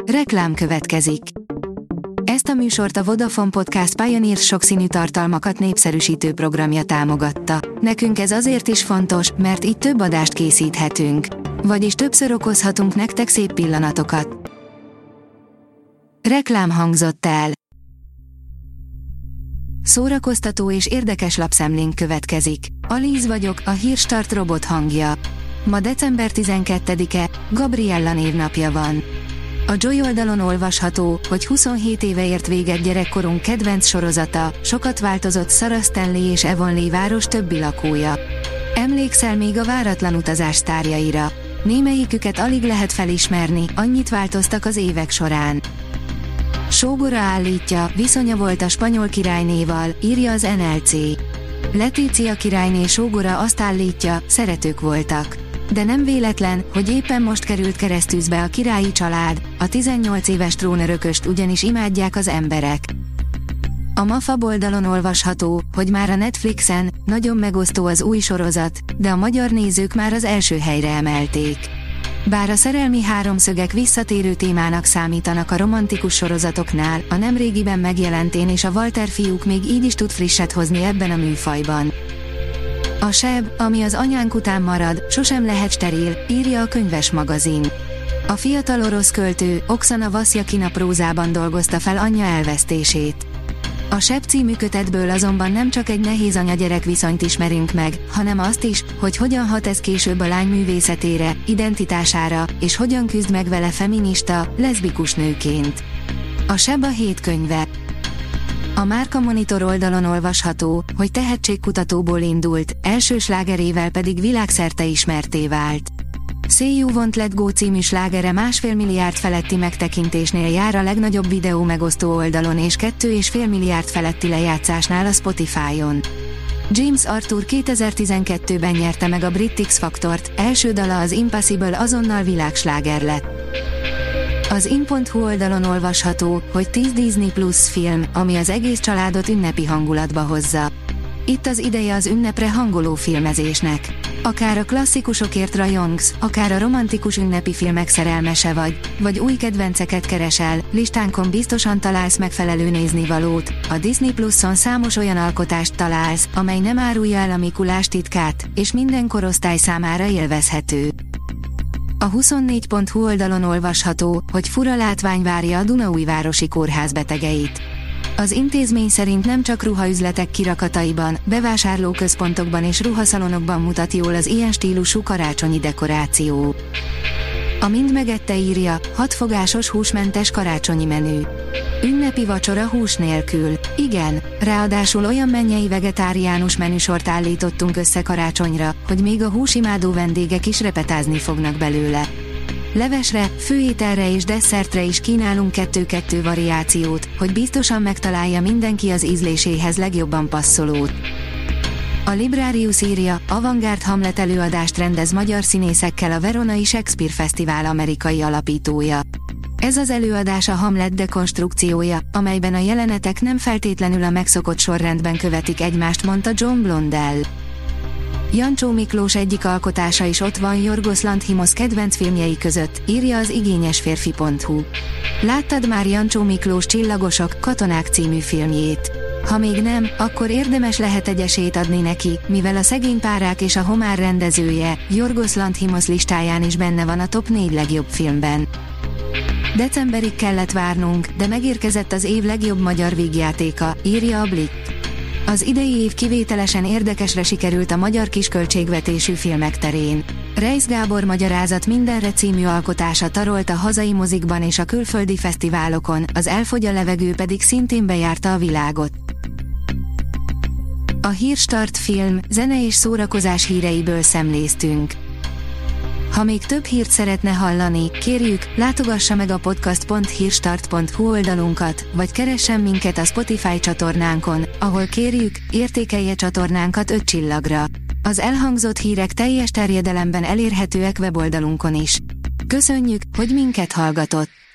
Reklám következik. Ezt a műsort a Vodafone Podcast Pioneer sokszínű tartalmakat népszerűsítő programja támogatta. Nekünk ez azért is fontos, mert így több adást készíthetünk. Vagyis többször okozhatunk nektek szép pillanatokat. Reklám hangzott el. Szórakoztató és érdekes lapszemlénk következik. Alíz vagyok, a Hírstart robot hangja. Ma december 12-e, Gabriella névnapja van. A Joy oldalon olvasható, hogy 27 éve ért véget gyerekkorunk kedvenc sorozata, sokat változott Sarah Stanley és Avonlea város többi lakója. Emlékszel még a váratlan utazás sztárjaira? Némelyiküket alig lehet felismerni, annyit változtak az évek során. Sógora állítja, viszonya volt a spanyol királynéval, írja az NLC. Letícia királyné sógora azt állítja, szeretők voltak. De nem véletlen, hogy éppen most került keresztűzbe a királyi család, a 18 éves trónörököst ugyanis imádják az emberek. A Mafab oldalon olvasható, hogy már a Netflixen nagyon megosztó az új sorozat, de a magyar nézők már az első helyre emelték. Bár a szerelmi háromszögek visszatérő témának számítanak a romantikus sorozatoknál, a nemrégiben megjelentén és a Walter fiúk még így is tud frisset hozni ebben a műfajban. A seb, ami az anyánk után marad, sosem lehet steril, írja a Könyves magazin. A fiatal orosz költő, Oksana Vaszjakina prózában dolgozta fel anyja elvesztését. A Seb című kötetből azonban nem csak egy nehéz anya-gyerek viszonyt ismerünk meg, hanem azt is, hogy hogyan hat ez később a lány művészetére, identitására, és hogyan küzd meg vele feminista, leszbikus nőként. A Seb a hét könyve. A Márka Monitor oldalon olvasható, hogy tehetségkutatóból indult, első slágerével pedig világszerte ismertté vált. See You Won't Let Go című slágere 1,5 milliárd feletti megtekintésnél jár a legnagyobb videó megosztó oldalon és 2,5 milliárd feletti lejátszásnál a Spotify-on. James Arthur 2012-ben nyerte meg a Brit X Factort, első dala az Impossible azonnal világsláger lett. Az in.hu oldalon olvasható, hogy 10 Disney Plus film, ami az egész családot ünnepi hangulatba hozza. Itt az ideje az ünnepre hangoló filmezésnek. Akár a klasszikusokért rajongsz, akár a romantikus ünnepi filmek szerelmese vagy új kedvenceket keresel, listánkon biztosan találsz megfelelő néznivalót. A Disney Pluson számos olyan alkotást találsz, amely nem árulja el a Mikulás titkát, és minden korosztály számára élvezhető. A 24.hu oldalon olvasható, hogy fura látvány várja a Dunaújvárosi kórház betegeit. Az intézmény szerint nem csak ruhaüzletek kirakataiban, bevásárlóközpontokban és ruhaszalonokban mutat jól az ilyen stílusú karácsonyi dekoráció. A Mind megette írja, 6 fogásos húsmentes karácsonyi menü. Ünnepi vacsora hús nélkül. Igen, ráadásul olyan mennyei vegetáriánus menüsort állítottunk össze karácsonyra, hogy még a húsimádó vendégek is repetázni fognak belőle. Levesre, főételre és desszertre is kínálunk 2-2 variációt, hogy biztosan megtalálja mindenki az ízléséhez legjobban passzolót. A Librarius írja, avantgárd Hamlet előadást rendez magyar színészekkel a Veronai Shakespeare Fesztivál amerikai alapítója. Ez az előadás a Hamlet dekonstrukciója, amelyben a jelenetek nem feltétlenül a megszokott sorrendben követik egymást, mondta John Blondell. Jancsó Miklós egyik alkotása is ott van Yorgos Lanthimos kedvenc filmjei között, írja az igényesférfi.hu. Láttad már Jancsó Miklós Csillagosok, katonák című filmjét? Ha még nem, akkor érdemes lehet egy esélyt adni neki, mivel a Szegény párák és a Homár rendezője, Yorgos Lanthimos listáján is benne van a top 4 legjobb filmben. Decemberig kellett várnunk, de megérkezett az év legjobb magyar vígjátéka, írja a Blick. Az idei év kivételesen érdekesre sikerült a magyar kisköltségvetésű filmek terén. Reisz Gábor magyarázat mindenre című alkotása tarolt a hazai mozikban és a külföldi fesztiválokon, az Elfogy a levegő pedig szintén bejárta a világot. A Hírstart film, zene és szórakozás híreiből szemléztünk. Ha még több hírt szeretne hallani, kérjük, látogassa meg a podcast.hírstart.hu oldalunkat, vagy keressen minket a Spotify csatornánkon, ahol kérjük, értékelje csatornánkat 5 csillagra. Az elhangzott hírek teljes terjedelemben elérhetőek weboldalunkon is. Köszönjük, hogy minket hallgatott!